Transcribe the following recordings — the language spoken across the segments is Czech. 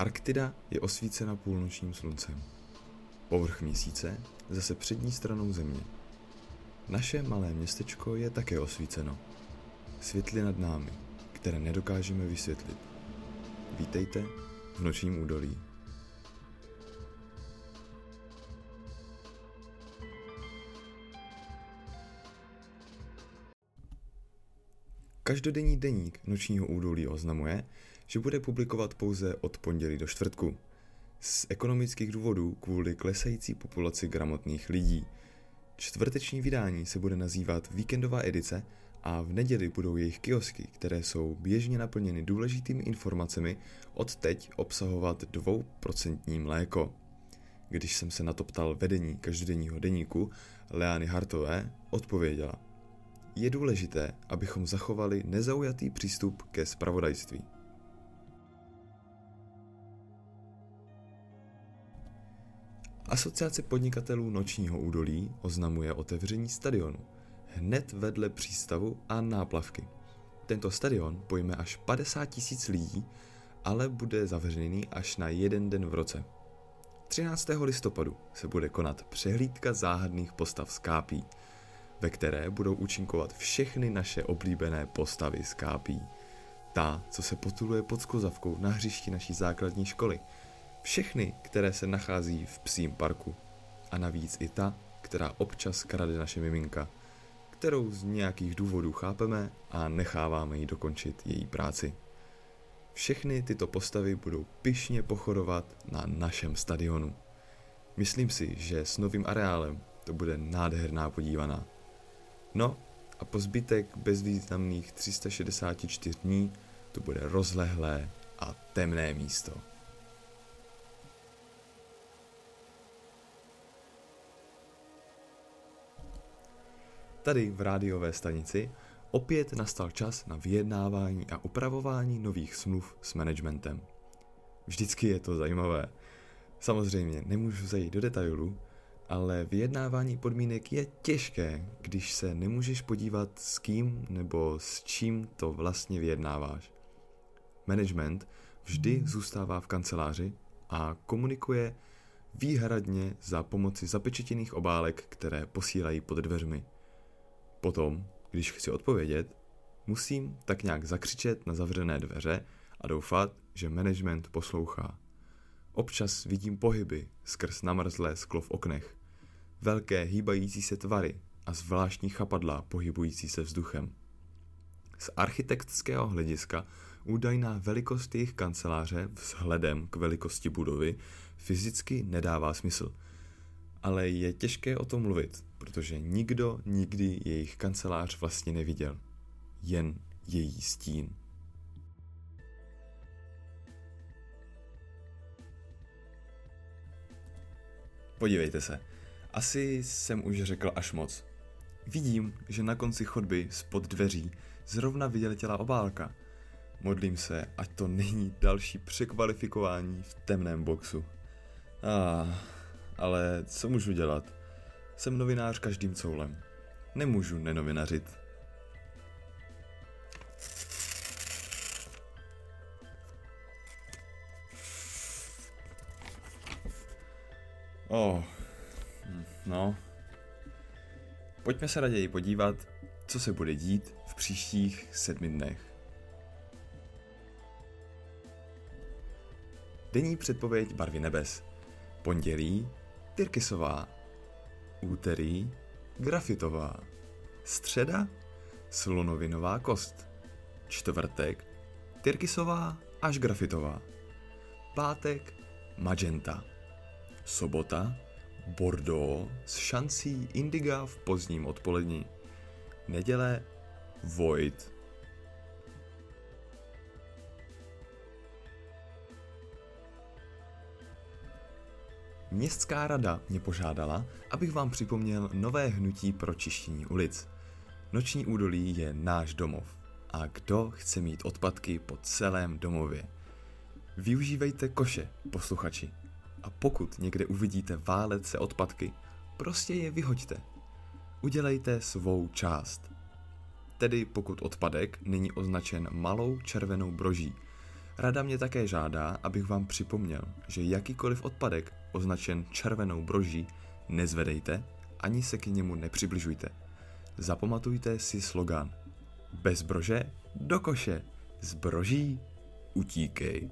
Arktida je osvícena půlnočním sluncem. Povrch měsíce zase přední stranou země. Naše malé městečko je také osvíceno. Světly nad námi, které nedokážeme vysvětlit. Vítejte v Nočním údolí. Každodenní deník Nočního údolí oznamuje, že bude publikovat pouze od pondělí do čtvrtku. Z ekonomických důvodů kvůli klesající populaci gramotných lidí. Čtvrteční vydání se bude nazývat Víkendová edice a v neděli budou jejich kiosky, které jsou běžně naplněny důležitými informacemi, od teď obsahovat 2% mléko. Když jsem se na to ptal vedení každodenního deníku Leany Hartové, odpověděla: je důležité, abychom zachovali nezaujatý přístup ke zpravodajství. Asociace podnikatelů Nočního údolí oznamuje otevření stadionu hned vedle přístavu a náplavky. Tento stadion pojme až 50 000 lidí, ale bude zavřený až na jeden den v roce. 13. listopadu se bude konat přehlídka záhadných postav z Kápí, ve které budou účinkovat všechny naše oblíbené postavy z Kápí. Ta, co se potuluje pod skluzavkou na hřišti naší základní školy. Všechny, které se nachází v psím parku. A navíc i ta, která občas krade naše miminka, kterou z nějakých důvodů chápeme a necháváme jí dokončit její práci. Všechny tyto postavy budou pyšně pochodovat na našem stadionu. Myslím si, že s novým areálem to bude nádherná podívaná. No a po zbytek bezvýznamných 364 dní to bude rozlehlé a temné místo. Tady v rádiové stanici opět nastal čas na vyjednávání a upravování nových smluv s managementem. Vždycky je to zajímavé. Samozřejmě nemůžu zajít do detailů, ale vyjednávání podmínek je těžké, když se nemůžeš podívat s kým nebo s čím to vlastně vyjednáváš. Management vždy zůstává v kanceláři a komunikuje výhradně za pomoci zapečetěných obálek, které posílají pod dveřmi. Potom, když chci odpovědět, musím tak nějak zakřičet na zavřené dveře a doufat, že management poslouchá. Občas vidím pohyby skrz namrzlé sklo v oknech, velké hýbající se tvary a zvláštní chapadla pohybující se vzduchem. Z architektského hlediska údajná velikost jejich kanceláře vzhledem k velikosti budovy fyzicky nedává smysl. Ale je těžké o tom mluvit, protože nikdo nikdy jejich kancelář vlastně neviděl. Jen její stín. Podívejte se, asi jsem už řekl až moc. Vidím, že na konci chodby spod dveří zrovna vyletěla obálka. Modlím se, ať to není další překvalifikování v temném boxu. Ale co můžu dělat? Jsem novinář každým coulem. Nemůžu nenovinařit. No. Pojďme se raději podívat, co se bude dít v příštích 7 dnech. Denní předpověď barvy nebes. Pondělí tyrkysová, úterý grafitová, středa slonovinová kost, čtvrtek tyrkysová až grafitová, pátek magenta, sobota bordeaux s šancí indiga v pozdním odpolední, neděle void. Městská rada mě požádala, abych vám připomněl nové hnutí pro čištění ulic. Noční údolí je náš domov a kdo chce mít odpadky po celém domově? Využívejte koše, posluchači. A pokud někde uvidíte válet se odpadky, prostě je vyhoďte. Udělejte svou část. Tedy pokud odpadek není označen malou červenou broží, Rada mě také žádá, abych vám připomněl, že jakýkoliv odpadek označen červenou broží nezvedejte, ani se k němu nepřibližujte. Zapamatujte si slogan: bez brože do koše, z broží utíkej.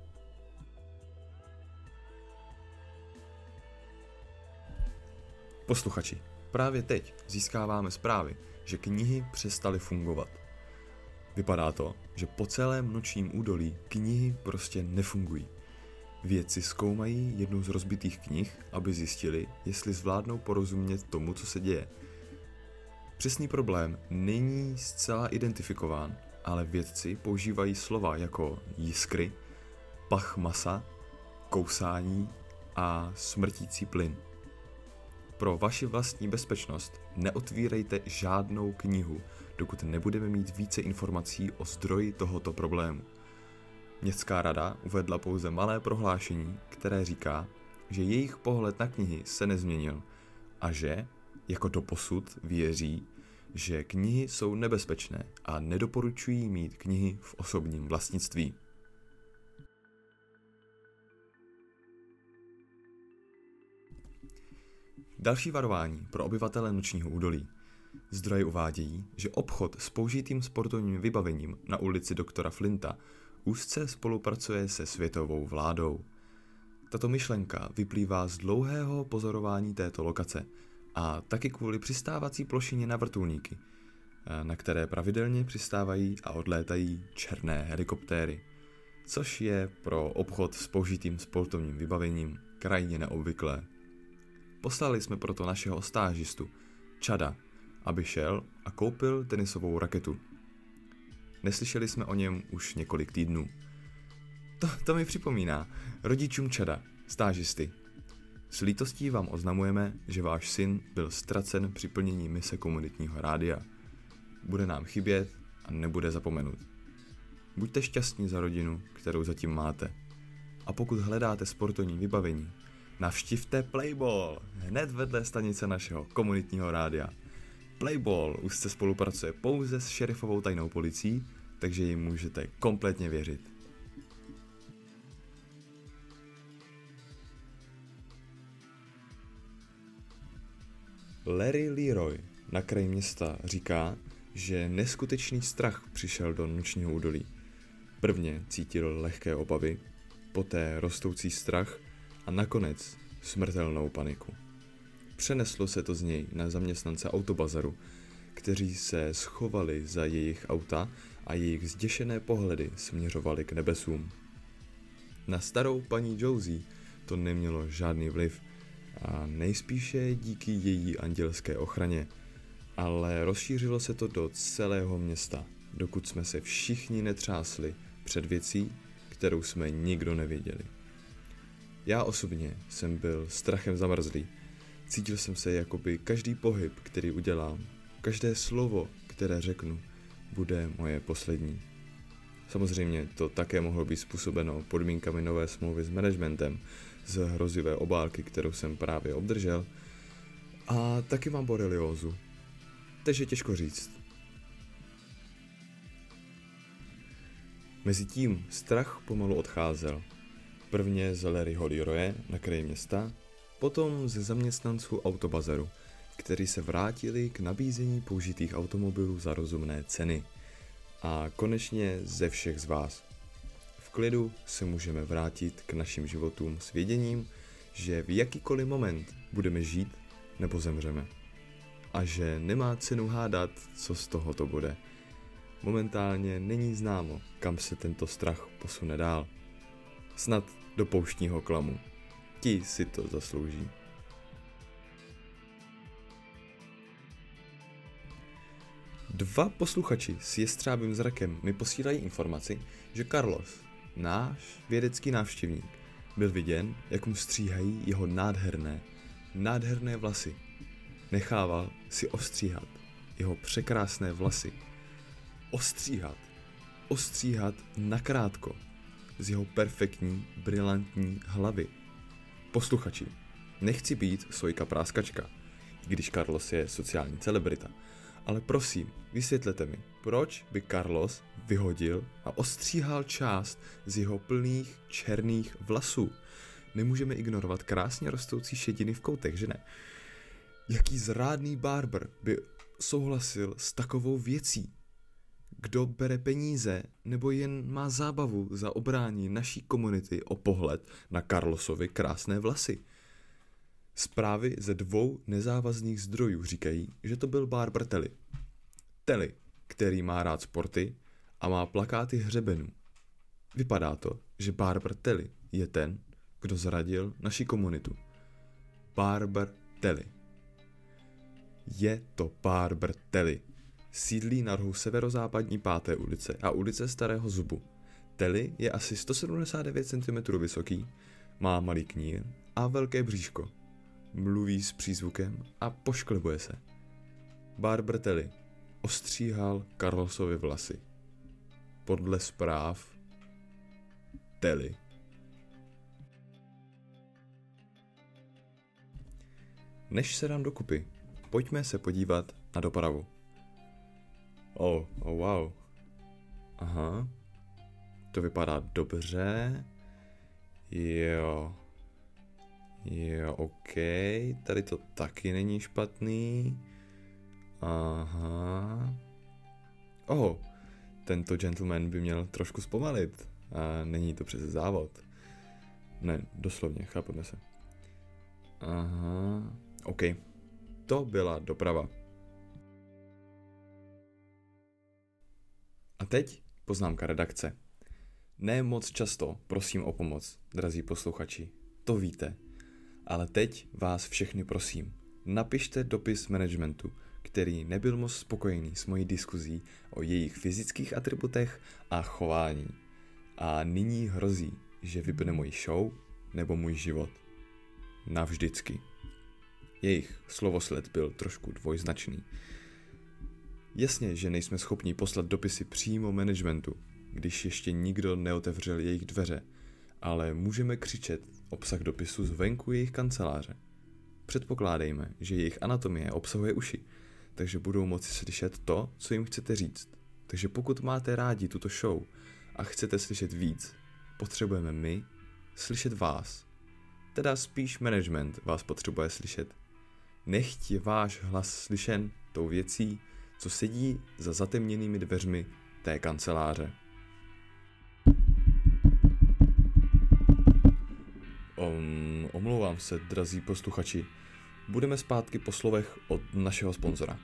Posluchači, právě teď získáváme zprávy, že knihy přestaly fungovat. Vypadá to, že po celém Nočním údolí knihy prostě nefungují. Vědci zkoumají jednu z rozbitých knih, aby zjistili, jestli zvládnou porozumět tomu, co se děje. Přesný problém není zcela identifikován, ale vědci používají slova jako jiskry, pach masa, kousání a smrtící plyn. Pro vaši vlastní bezpečnost neotvírejte žádnou knihu, dokud nebudeme mít více informací o zdroji tohoto problému. Městská rada uvedla pouze malé prohlášení, které říká, že jejich pohled na knihy se nezměnil a že, jako doposud, věří, že knihy jsou nebezpečné a nedoporučují mít knihy v osobním vlastnictví. Další varování pro obyvatele Nočního údolí. Zdroje uvádějí, že obchod s použitým sportovním vybavením na ulici doktora Flinta úzce spolupracuje se světovou vládou. Tato myšlenka vyplývá z dlouhého pozorování této lokace a taky kvůli přistávací plošině na vrtulníky, na které pravidelně přistávají a odlétají černé helikoptéry, což je pro obchod s použitým sportovním vybavením krajně neobvyklé. Poslali jsme proto našeho stážistu, Chada, aby šel a koupil tenisovou raketu. Neslyšeli jsme o něm už několik týdnů. To mi připomíná rodičům Chada, stážisty. S lítostí vám oznamujeme, že váš syn byl ztracen při plnění mise komunitního rádia. Bude nám chybět a nebude zapomenut. Buďte šťastní za rodinu, kterou zatím máte. A pokud hledáte sportovní vybavení, navštivte Playball, hned vedle stanice našeho komunitního rádia. Playball už se spolupracuje pouze s šerifovou tajnou policií, takže jim můžete kompletně věřit. Larry Leroy na kraji města říká, že neskutečný strach přišel do Nočního údolí. Prvně cítil lehké obavy, poté rostoucí strach a nakonec smrtelnou paniku. Přeneslo se to z něj na zaměstnance autobazaru, kteří se schovali za jejich auta a jejich zděšené pohledy směřovaly k nebesům. Na starou paní Josie to nemělo žádný vliv a nejspíše díky její andělské ochraně, ale rozšířilo se to do celého města, dokud jsme se všichni netřásli před věcí, kterou jsme nikdo nevěděli. Já osobně jsem byl strachem zamrzlý. Cítil jsem se, jako by každý pohyb, který udělám, každé slovo, které řeknu, bude moje poslední. Samozřejmě to také mohlo být způsobeno podmínkami nové smlouvy s managementem z hrozivé obálky, kterou jsem právě obdržel, a taky mám boreliózu. Takže těžko říct. Mezitím strach pomalu odcházel. Prvně z Larryho Leroye na kraji města, potom ze zaměstnanců autobazaru, kteří se vrátili k nabízení použitých automobilů za rozumné ceny. A konečně ze všech z vás. V klidu se můžeme vrátit k našim životům s věděním, že v jakýkoliv moment budeme žít nebo zemřeme. A že nemá cenu hádat, co z tohoto bude. Momentálně není známo, kam se tento strach posune dál. Snad do pouštního klamu. Ti si to zaslouží. Dva posluchači s jestřábým zrakem mi posílají informaci, že Carlos, náš vědecký návštěvník, byl viděn, jak mu stříhají jeho nádherné vlasy. Nechával si ostříhat jeho překrásné vlasy. Ostříhat nakrátko z jeho perfektní, brilantní hlavy. Posluchači, nechci být sojka práskačka, i když Carlos je sociální celebrita, Ale prosím, vysvětlete mi, proč by Carlos vyhodil a ostříhal část z jeho plných černých vlasů? Nemůžeme ignorovat krásně rostoucí šediny v koutech, že ne? Jaký zrádný barber by souhlasil s takovou věcí? Kdo bere peníze nebo jen má zábavu za obrání naší komunity o pohled na Carlosovy krásné vlasy? Zprávy ze 2 nezávazných zdrojů říkají, že to byl barber Telly. Telly, který má rád sporty a má plakáty hřebenů. Vypadá to, že barber Telly je ten, kdo zradil naši komunitu. Barber Telly. Je to barber Telly. Sídlí na rohu severozápadní 5. ulice a ulice Starého zubu. Telly je asi 179 cm vysoký, má malý knír a velké bříško. Mluví s přízvukem a pošklebuje se. Barber Telly ostříhal Carlosovy vlasy. Podle zpráv Telly. Než se dám dokupy, pojďme se podívat na dopravu. Wow. Aha. To vypadá dobře. Jo, OK. Tady to taky není špatný. Aha. Tento gentleman by měl trošku zpomalit. A není to přece závod. Ne, doslovně, chápeme se. Aha. OK. To byla doprava. A teď poznámka redakce. Ne moc často prosím o pomoc, drazí posluchači, to víte. Ale teď vás všechny prosím, napište dopis managementu, který nebyl moc spokojený s mojí diskuzí o jejich fyzických atributech a chování. A nyní hrozí, že vypne moji show nebo můj život. Navždycky. Jejich slovosled byl trošku dvojznačný. Jasně, že nejsme schopni poslat dopisy přímo managementu, když ještě nikdo neotevřel jejich dveře, ale můžeme křičet obsah dopisu zvenku jejich kanceláře. Předpokládejme, že jejich anatomie obsahuje uši, takže budou moci slyšet to, co jim chcete říct. Takže pokud máte rádi tuto show a chcete slyšet víc, potřebujeme my slyšet vás. Teda spíš management vás potřebuje slyšet. Nechť je váš hlas slyšen tou věcí, co sedí za zatemněnými dveřmi té kanceláře. Omlouvám se, drazí posluchači. Budeme zpátky po slovech od našeho sponzora.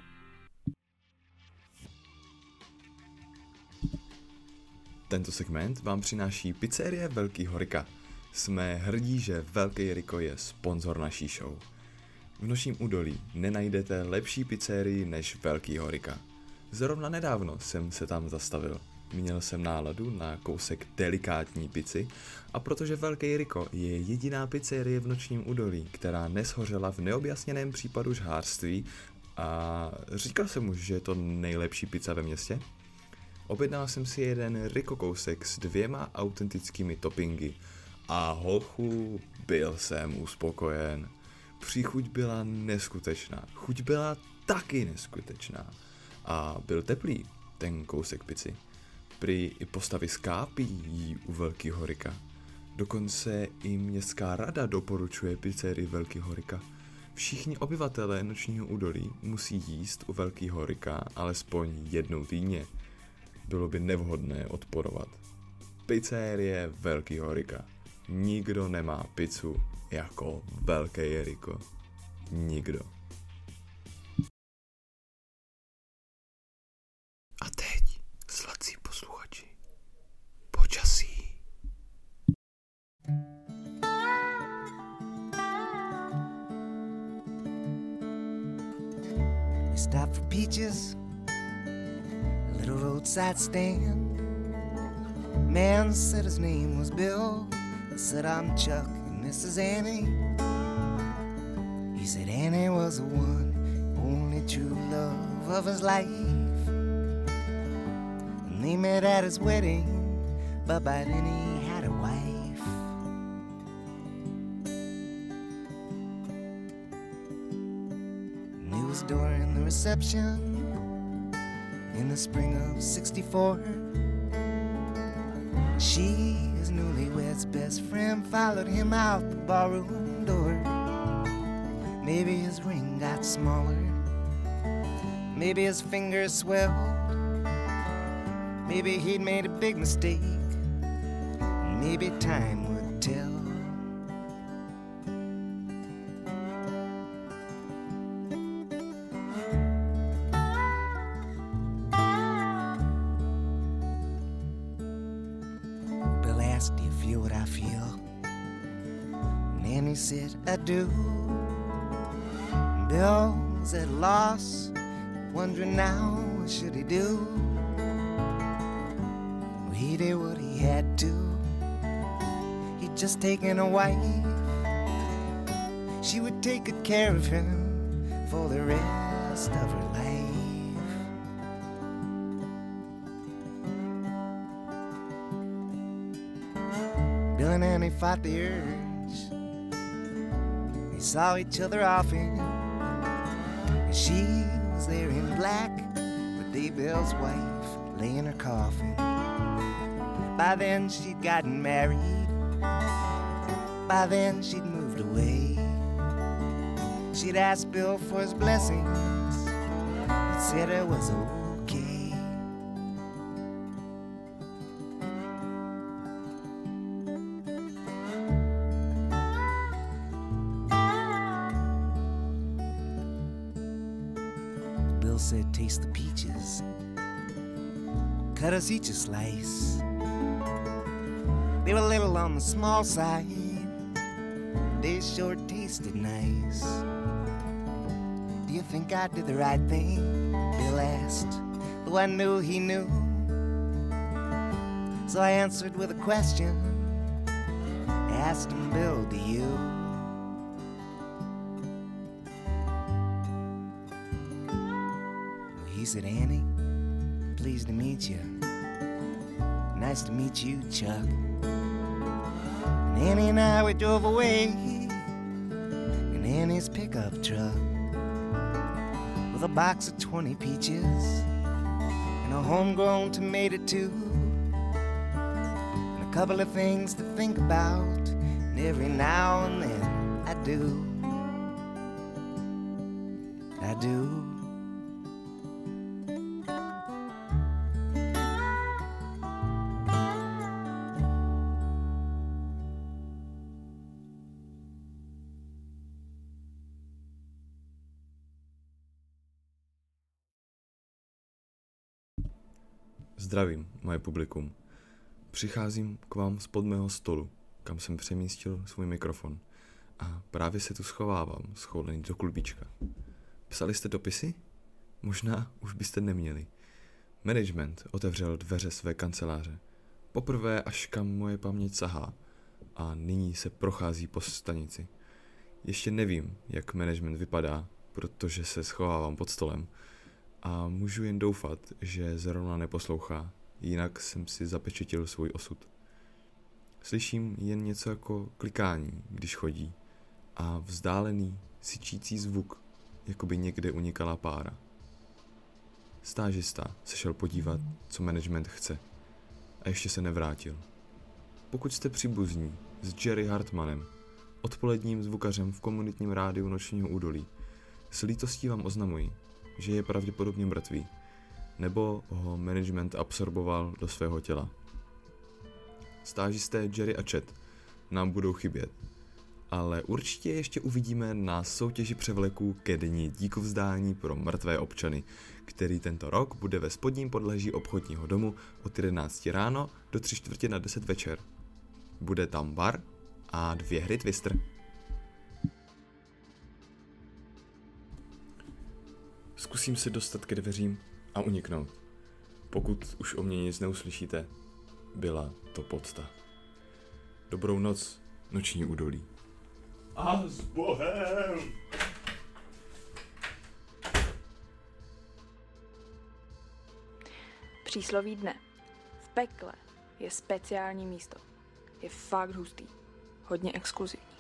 Tento segment vám přináší pizzerie Velkýho Rika. Jsme hrdí, že Velký Riko je sponzor naší show. V Nočním údolí nenajdete lepší pizzerii než Velkýho Rika. Zrovna nedávno jsem se tam zastavil. Měl jsem náladu na kousek delikátní pici a protože Velký Riko je jediná pizzerie v Nočním údolí, která neshořela v neobjasněném případu žhářství a říkal jsem mu, že je to nejlepší pizza ve městě, objednal jsem si jeden Riko kousek s 2 autentickými toppingy a hochu, byl jsem uspokojen. Příchuť byla neskutečná, chuť byla taky neskutečná a byl teplý ten kousek pici. Prý i postavy skápí jí u Velkýho Rika. Dokonce i městská rada doporučuje pizzerii Velkýho Rika. Všichni obyvatelé Nočního údolí musí jíst u Velkýho Rika alespoň jednou týdně. Bylo by nevhodné odporovat. Pizzerie Velkýho Rika. Nikdo nemá pizzu jako Velký Riko. Nikdo. A teď, sladcí posluchači, počasí. We stopped for peaches, a little roadside stand. Man said his name was Bill. I said I'm Chuck and this is Annie. He said Annie was the one, only true love of his life. And they met at his wedding, but by then he had a wife. And it was during the reception in the spring of '64. She, his newlywed's best friend, followed him out the barroom door. Maybe his ring got smaller, maybe his fingers swelled, maybe he'd made a big mistake, maybe time would tell. Bill asked, do you feel what I feel? And Annie said, I do. Bill was at a loss, wondering now what should he do. Well, he did what he had to. He'd just taken a wife. She would take good care of him for the rest of her life. Bill and Annie fought the urge. They saw each other often. She was there in black, but Bill's wife lay in her coffin. By then she'd gotten married, by then she'd moved away. She'd asked Bill for his blessings, he said it was okay. Bill said, taste the peaches, cut us each a slice. They were a little on the small side, they sure tasted nice. Do you think I did the right thing? Bill asked, though I knew he knew. So I answered with a question, I asked him, Bill, do you? He said, Annie, pleased to meet you. Nice to meet you, Chuck. And Annie and I, we drove away in Annie's pickup truck with a box of 20 peaches and a homegrown tomato too, and a couple of things to think about, and every now and then I do. Zdravím, moje publikum. Přicházím k vám spod mého stolu, kam jsem přemístil svůj mikrofon. A právě se tu schovávám, schoulený do klubíčka. Psali jste dopisy? Možná už byste neměli. Management otevřel dveře své kanceláře. Poprvé, až kam moje paměť sahá. A nyní se prochází po stanici. Ještě nevím, jak management vypadá, protože se schovávám pod stolem. A můžu jen doufat, že zrovna neposlouchá, jinak jsem si zapečetil svůj osud. Slyším jen něco jako klikání, když chodí, a vzdálený, syčící zvuk, jako by někde unikala pára. Stážista se šel podívat, co management chce, a ještě se nevrátil. Pokud jste příbuzní s Jerry Hartmanem, odpoledním zvukařem v komunitním rádiu Nočního údolí, s lítostí vám oznamuji, že je pravděpodobně mrtvý, nebo ho management absorboval do svého těla. Stážisté Jerry a Chet nám budou chybět, ale určitě ještě uvidíme na soutěži převleků ke dni díkovzdání pro mrtvé občany, který tento rok bude ve spodním podlaží obchodního domu od 11 ráno do 9:45 večer. Bude tam bar a 2 hry Twister. Zkusím se dostat ke dveřím a uniknout. Pokud už o mě nic neuslyšíte, byla to podsta. Dobrou noc, Noční údolí. A s Bohem! Přísloví dne. V pekle je speciální místo. Je fakt hustý. Hodně exkluzivní.